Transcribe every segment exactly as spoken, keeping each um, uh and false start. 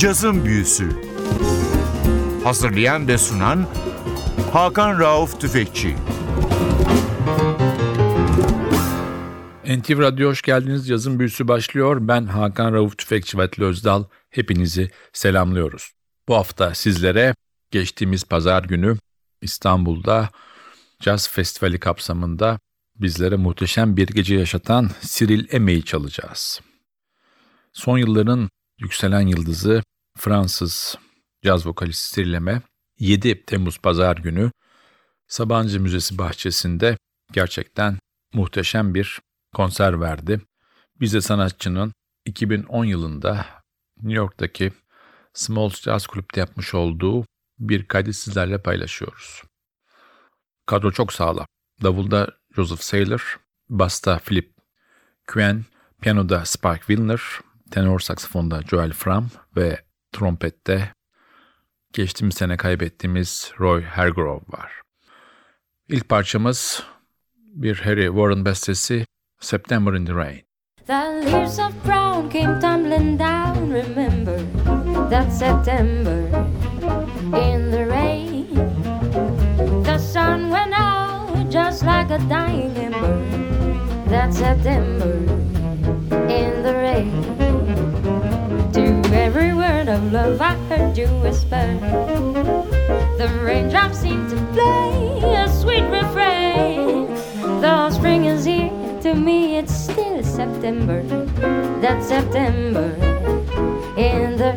Cazın Büyüsü. Hazırlayan ve sunan Hakan Rauf Tüfekçi. N T V Radyo hoş geldiniz. Cazın Büyüsü başlıyor. Ben Hakan Rauf Tüfekçi ve Atli Özdal. Hepinizi selamlıyoruz. Bu hafta sizlere geçtiğimiz pazar günü İstanbul'da Caz Festivali kapsamında bizlere muhteşem bir gece yaşatan Cyril Aimé'yi çalacağız. Son yılların yükselen yıldızı Fransız caz vokalisti Cyril Aimé, yedi Temmuz pazar günü Sabancı Müzesi bahçesinde gerçekten muhteşem bir konser verdi. Biz de sanatçının iki bin on yılında New York'taki Smalls Jazz Club'de yapmış olduğu bir kaydı sizlerle paylaşıyoruz. Kadro çok sağlam. Davulda Joseph Saylor, basta Philip Quinn, piyanoda Spike Wilner, tenor saksafonda Joel Fram ve trompette geçtiğimiz sene kaybettiğimiz Roy Hargrove var. İlk parçamız bir Harry Warren bestesi, September in the Rain. The leaves of brown came tumbling down. Remember that September in the rain. The sun went out just like a dying ember. That September in the rain. To every word of love I heard you whisper. The raindrops seem to play a sweet refrain. Though spring is here, to me it's still September. That September in the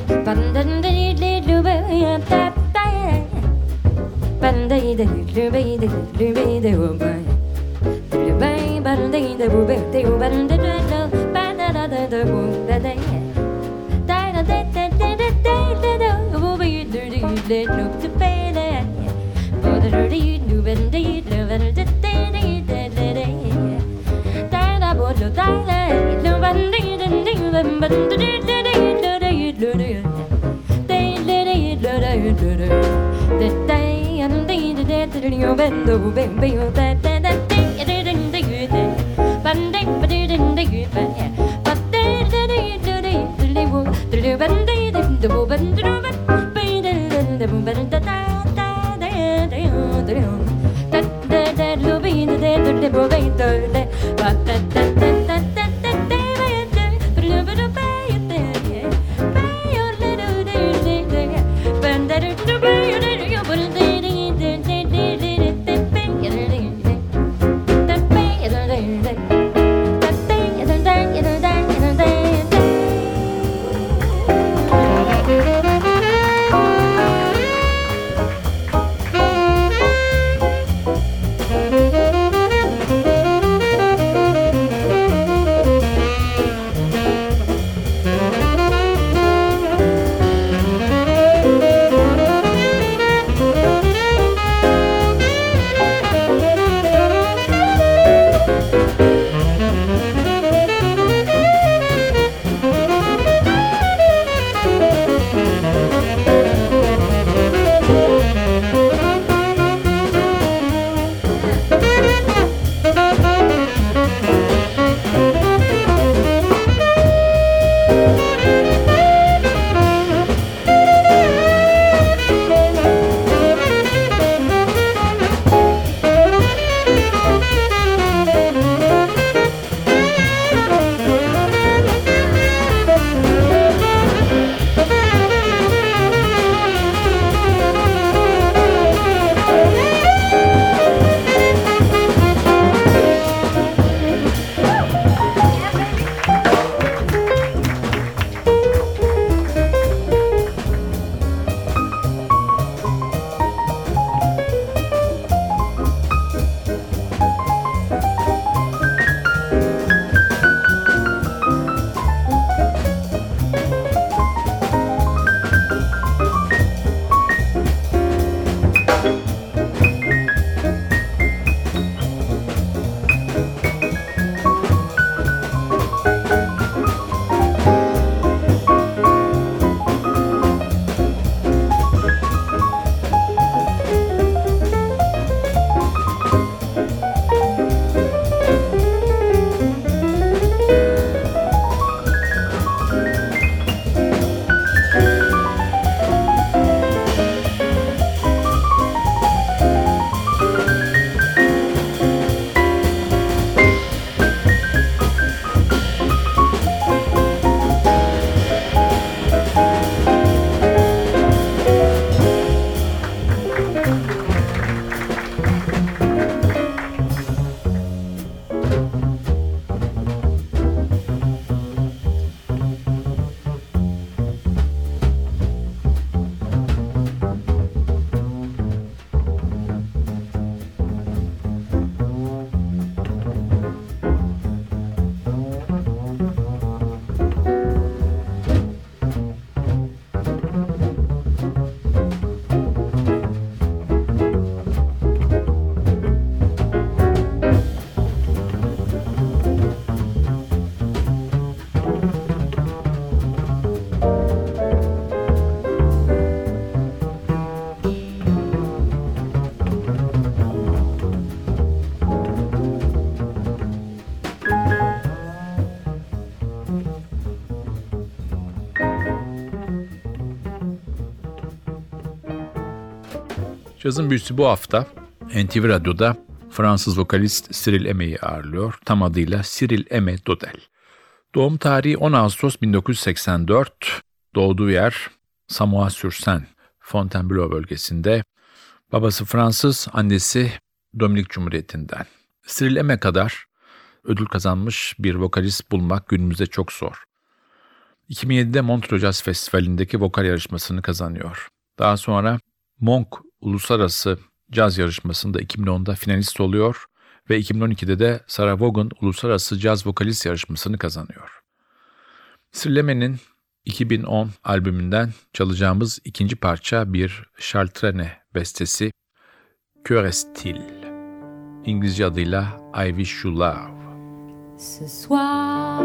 Cazın Büyüsü bu hafta N T V Radyo'da Fransız vokalist Cyril Aimé'yi ağırlıyor. Tam adıyla Cyril Aimé Dodel. Doğum tarihi on Ağustos bin dokuz yüz seksen dört. Doğduğu yer Samoa-sur-Seine, Fontainebleau bölgesinde. Babası Fransız, annesi Dominik Cumhuriyeti'nden. Cyril Aimé kadar ödül kazanmış bir vokalist bulmak günümüzde çok zor. iki bin yedide Montreux Jazz Festivali'ndeki vokal yarışmasını kazanıyor. Daha sonra Monk Uluslararası Caz Yarışması'nda iki bin onda finalist oluyor ve iki bin on ikide de Sarah Vaughan Uluslararası Caz Vokalist Yarışması'nı kazanıyor. Cyril Aimé'nin iki bin on albümünden çalacağımız ikinci parça bir Charles Trenet bestesi Que reste-t-il? İngilizce adıyla I Wish You Love. Ce soir,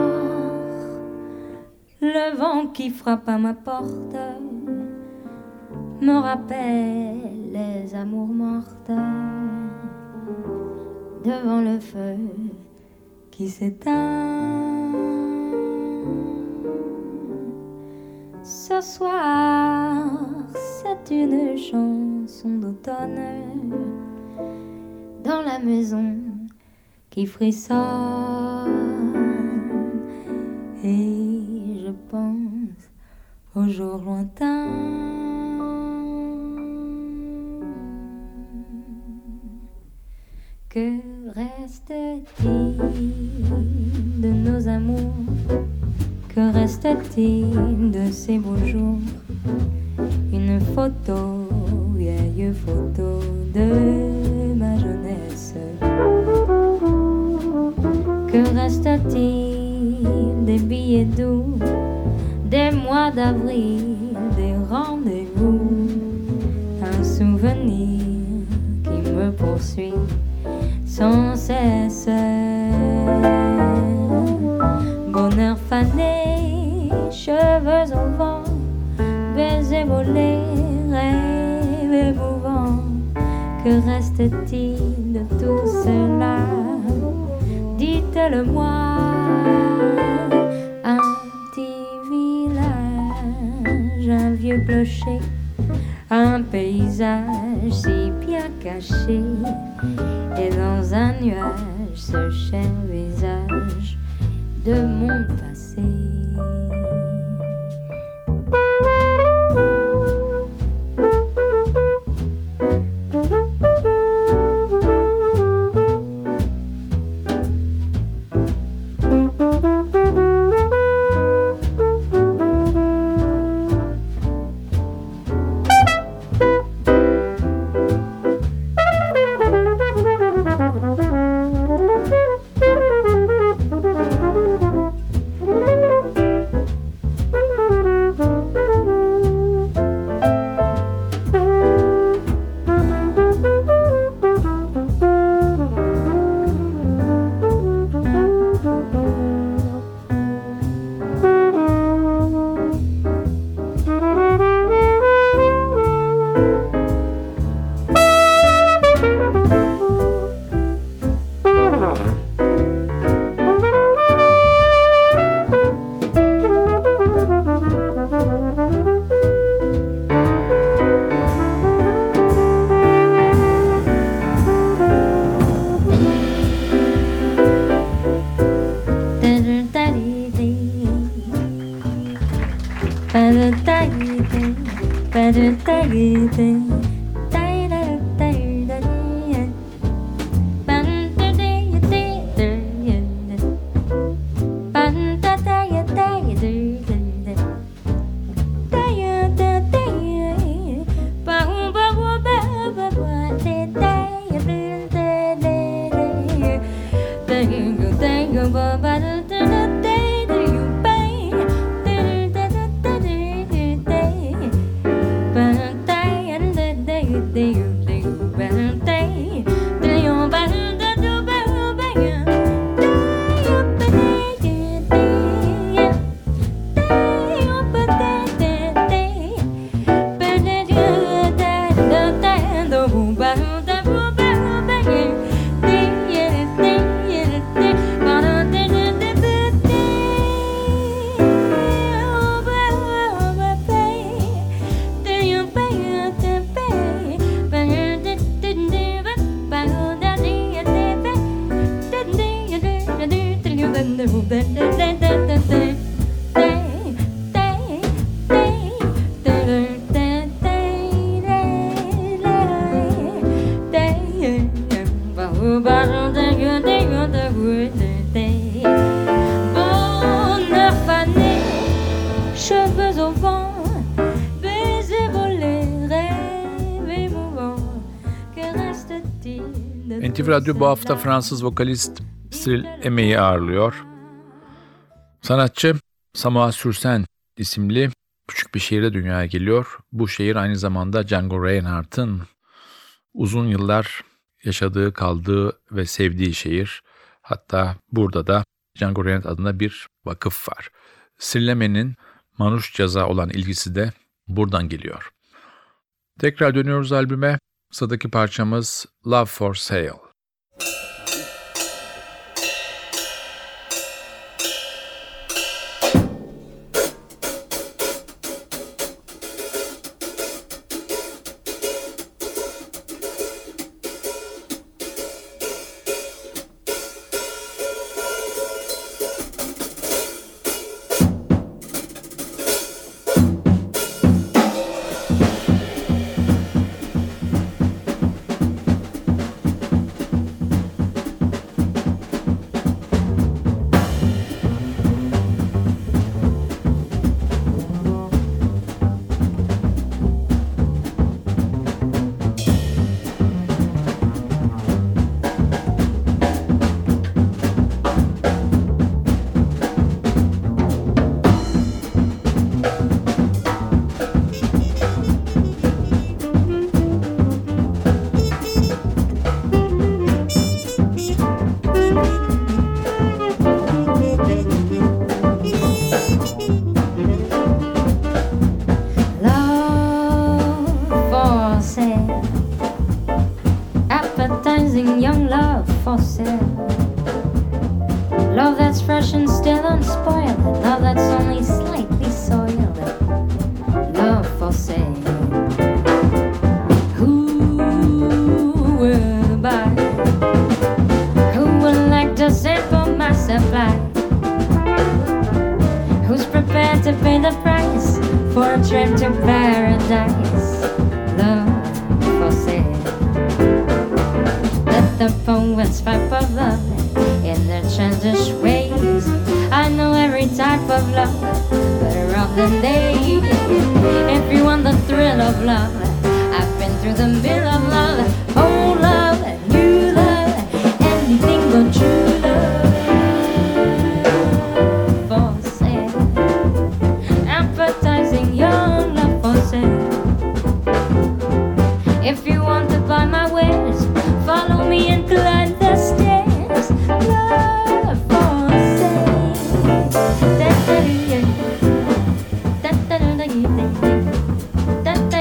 le vent qui frappe à ma porte me rappelle les amours mortes devant le feu qui s'éteint. Ce soir, c'est une chanson d'automne dans la maison qui frissonne et je pense aux jours lointains. Que reste-t-il de nos amours? Que reste-t-il de ces beaux jours? Une photo, vieille photo de ma jeunesse. Que reste-t-il des billets doux, des mois d'avril, des rendez-vous? Un souvenir qui me poursuit sans cesse. Bonheur fané, cheveux au vent, baisers volés, rêves émouvants. Que reste-t-il de tout cela? Dites-le-moi. Un petit village, un vieux clocher, un paysage si bien caché, et dans un nuage ce cher visage de mon passé. Bonheur fané, cheveux au vent, baisers volés, rêves émouvants. Que reste-t-il de N T V tous Radyo ces bu hafta âmes? Fransız vokalist Cyril Eme'yi ağırlıyor. Sanatçı Samoa Sürsen isimli küçük bir şehirde dünyaya geliyor. Bu şehir aynı zamanda Django Reinhardt'ın uzun yıllar yaşadığı, kaldığı ve sevdiği şehir. Hatta burada da Django Reinhardt adında bir vakıf var. Cyril Eme'nin Manouche Jazz'a olan ilgisi de buradan geliyor. Tekrar dönüyoruz albüme. Sıradaki parçamız Love for Sale. Appetizing young love for sale. Love that's fresh and still unspoiled. Love that's only slightly soiled. Love for sale. Who will buy? Who would like to send for my supply? Who's prepared to pay the price for a trip to paradise? Love for sale. The poets fight for love in their childish ways. I know every type of love better off than they. If you want the thrill of love, I've been through the mill of love. Old love, new love, anything but true love. For sale, appetizing young love for sale. If you want to buy my wares, follow me and climb the stairs. Love for sale. Da da da da da da da da da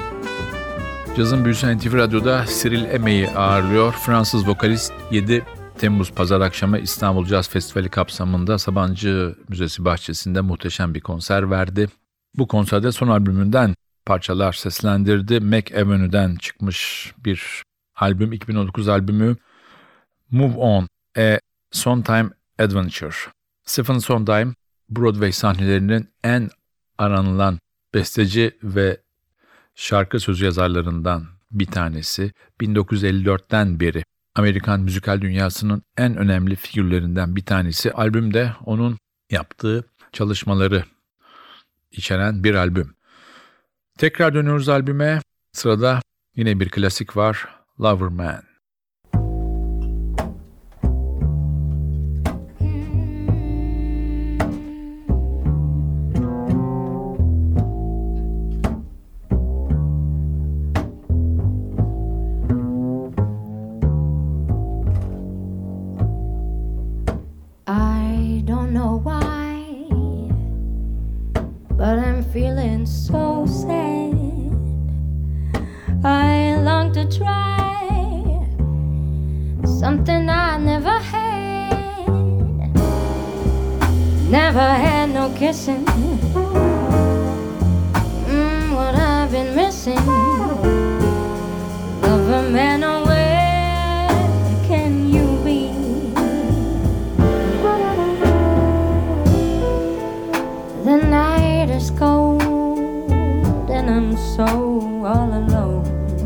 Cazın büyüsü N T V Radyo'da Cyril Eme'yi ağırlıyor. Fransız vokalist yedi Temmuz Pazar akşamı İstanbul Caz Festivali kapsamında Sabancı Müzesi bahçesinde muhteşem bir konser verdi. Bu konserde son albümünden parçalar seslendirdi. Mac Avenue'den çıkmış bir albüm, iki bin on dokuz albümü Move On, A Sondheim Adventure. Stephen Sondheim, Broadway sahnelerinin en aranılan besteci ve şarkı sözü yazarlarından bir tanesi. bin dokuz yüz elli dörtten beri Amerikan müzikal dünyasının en önemli figürlerinden bir tanesi. Albümde onun yaptığı çalışmaları içeren bir albüm. Tekrar dönüyoruz albüme. Sırada yine bir klasik var, Lover Man. I don't know why, but I'm feeling so sad. I long to try something I never had. Never had no kissing. Mm, what I've been missing. Lover man, oh, where can you be? The night is cold and I'm so all alone.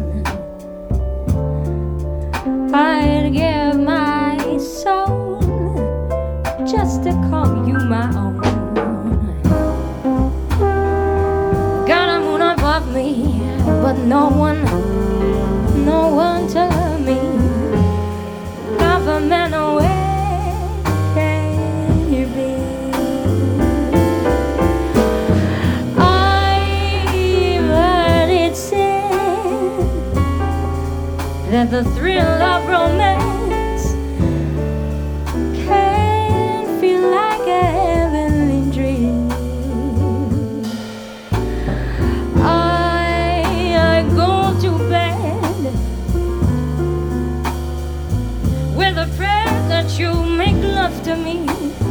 I'd give my soul just to call you my own. Got a moon above me, but no one, no one to love me. Lover man, where can you be? That the thrill of romance can feel like a heavenly dream. I, I go to bed with a prayer that you make love to me.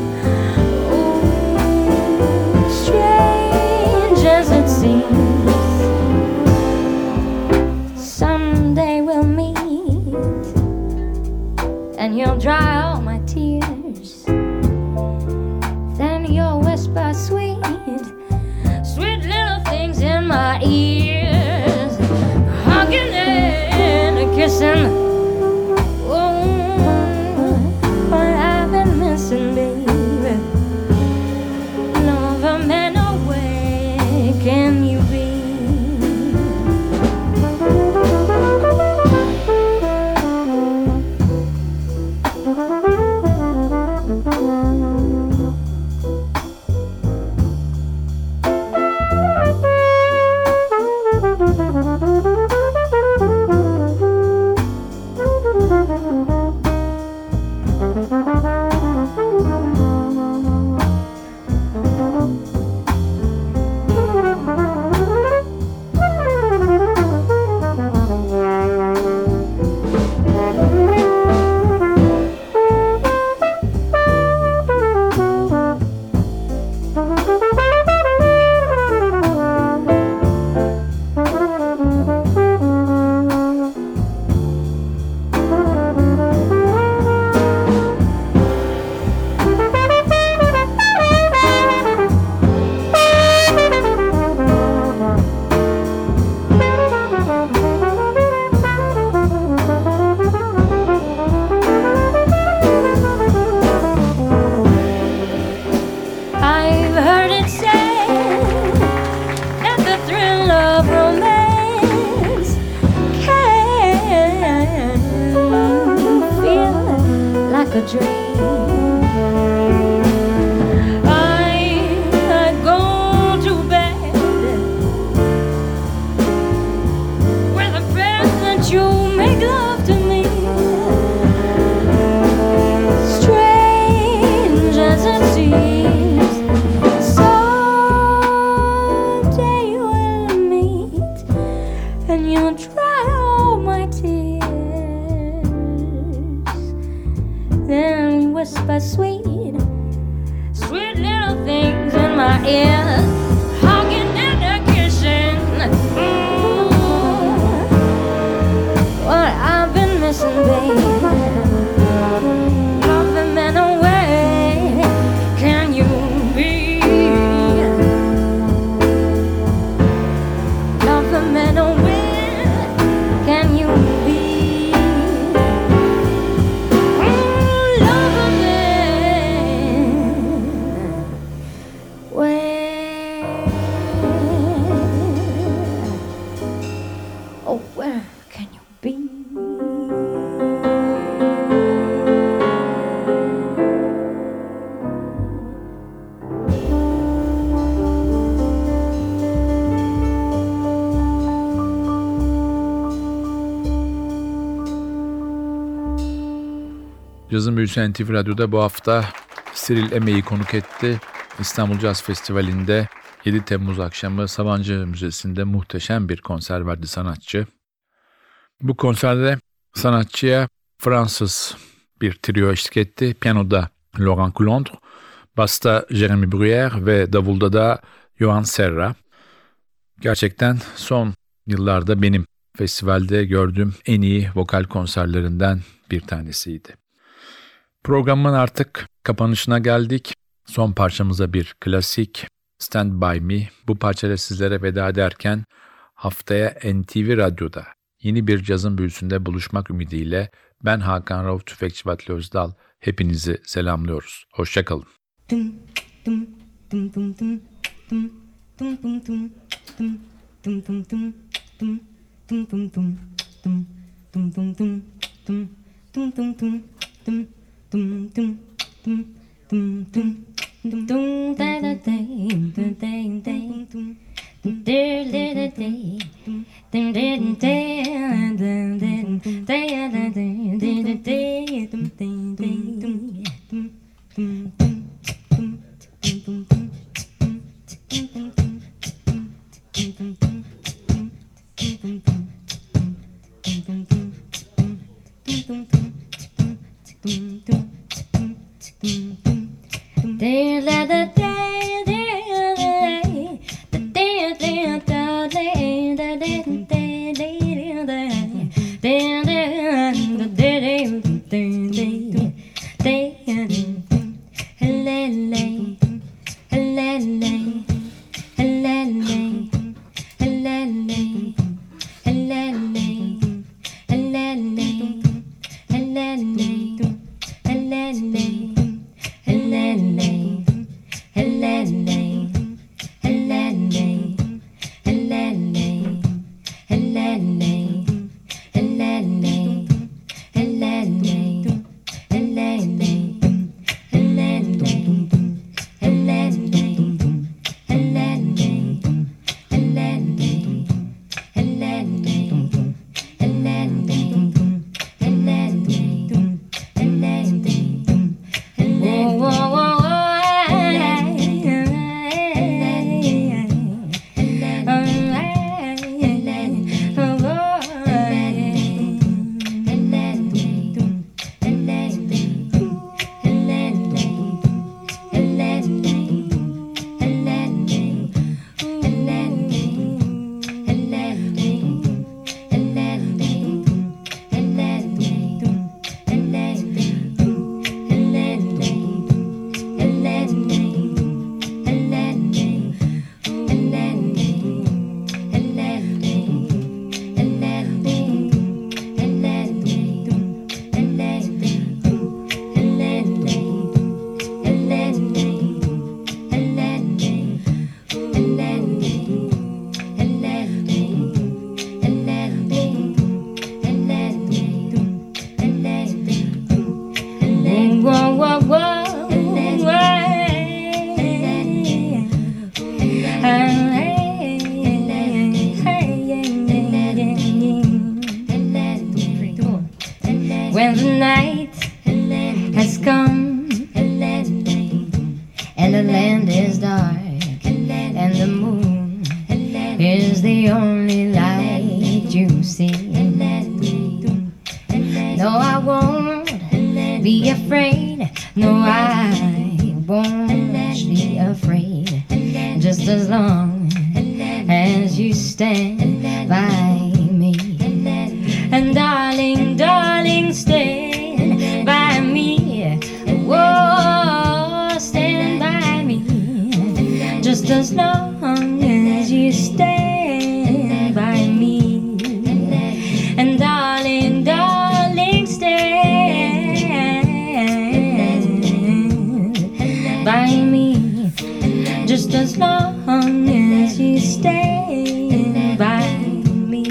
Oh, strange as it seems, and you'll dry all my tears. Then you'll whisper sweet, sweet little things in my ears, hugging and kissing. Oh, what I've been missing, baby. Lover man, where can you be? A dream. I, I go to bed with a prayer that you make love to me. Strange as it seems, someday we'll meet and you'll dry all my tears. my ears, hugging and a kissing. Mm. What I've been missing, babe. Loving men away. Can you be? Loving men away. Can you be? Cazın Büyüsü N T V Radyo'da bu hafta Cyril Eme'yi konuk etti. İstanbul Caz Festivali'nde yedi Temmuz akşamı Sabancı Müzesi'nde muhteşem bir konser verdi sanatçı. Bu konserde sanatçıya Fransız bir trio eşlik etti. Piyanoda Laurent Coulondre, basta Jérémy Bruyère ve davulda da Johan Serra. Gerçekten son yıllarda benim festivalde gördüğüm en iyi vokal konserlerinden bir tanesiydi. Programın artık kapanışına geldik. Son parçamıza bir klasik, Stand By Me. Bu parçayla sizlere veda ederken haftaya N T V Radyo'da yeni bir cazın büyüsünde buluşmak ümidiyle ben Hakan Rauf Tüfekçi ve Atli Özdal hepinizi selamlıyoruz. Hoşçakalın. Dum dum dum dum dum dum dum da da da dum da da dum dum da da da dum dum da da dum da da da dum dum dum dum When the night has come and the land is dark and the moon is the only light you see, no, I won't be afraid. No, I won't be afraid. just as long as you stand by me. And darling, darling, stand by me. Whoa, stand by me. Just as long as you stand by me. And darling, darling, stand by me. Just as long as you stand by me.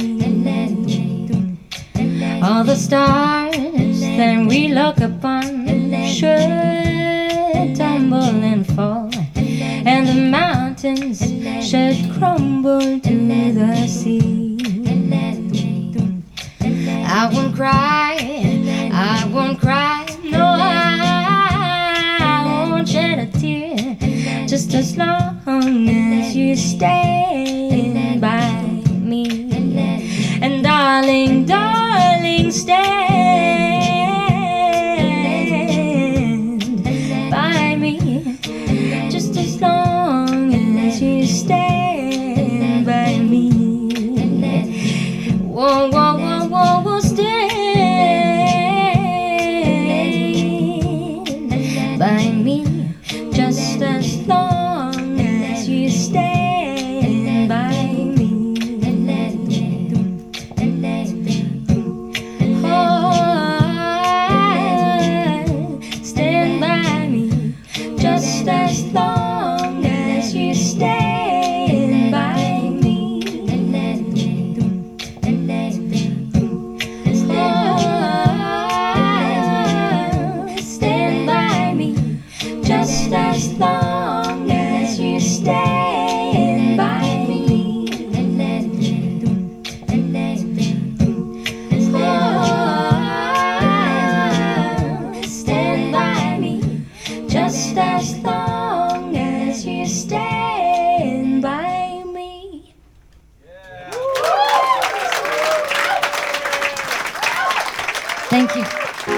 All the stars that we look upon should tumble and fall, and the mountains should crumble to the sea. I won't cry, I won't cry, no, I won't shed a tear, just as long as you stand by me. And darling, darling, stand by me, just as long as you stand by me. Whoa, whoa, whoa, whoa, whoa, stand by me, just as long as you stand by me. Oh, stand by me, just as long as you stand by me. Stand by me, just as long as you stand by me. Stand by me, just as long as you stand by me. Thank you.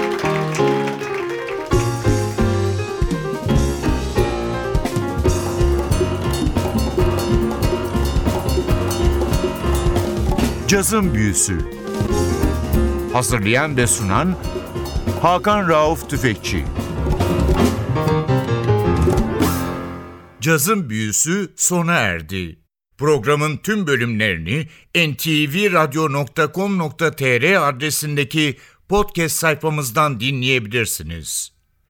Cazın Büyüsü. Hazırlayan ve sunan Hakan Rauf Tüfekçi. Cazın Büyüsü sona erdi. Programın tüm bölümlerini en ti vi radyo nokta com nokta tr adresindeki podcast sayfamızdan dinleyebilirsiniz.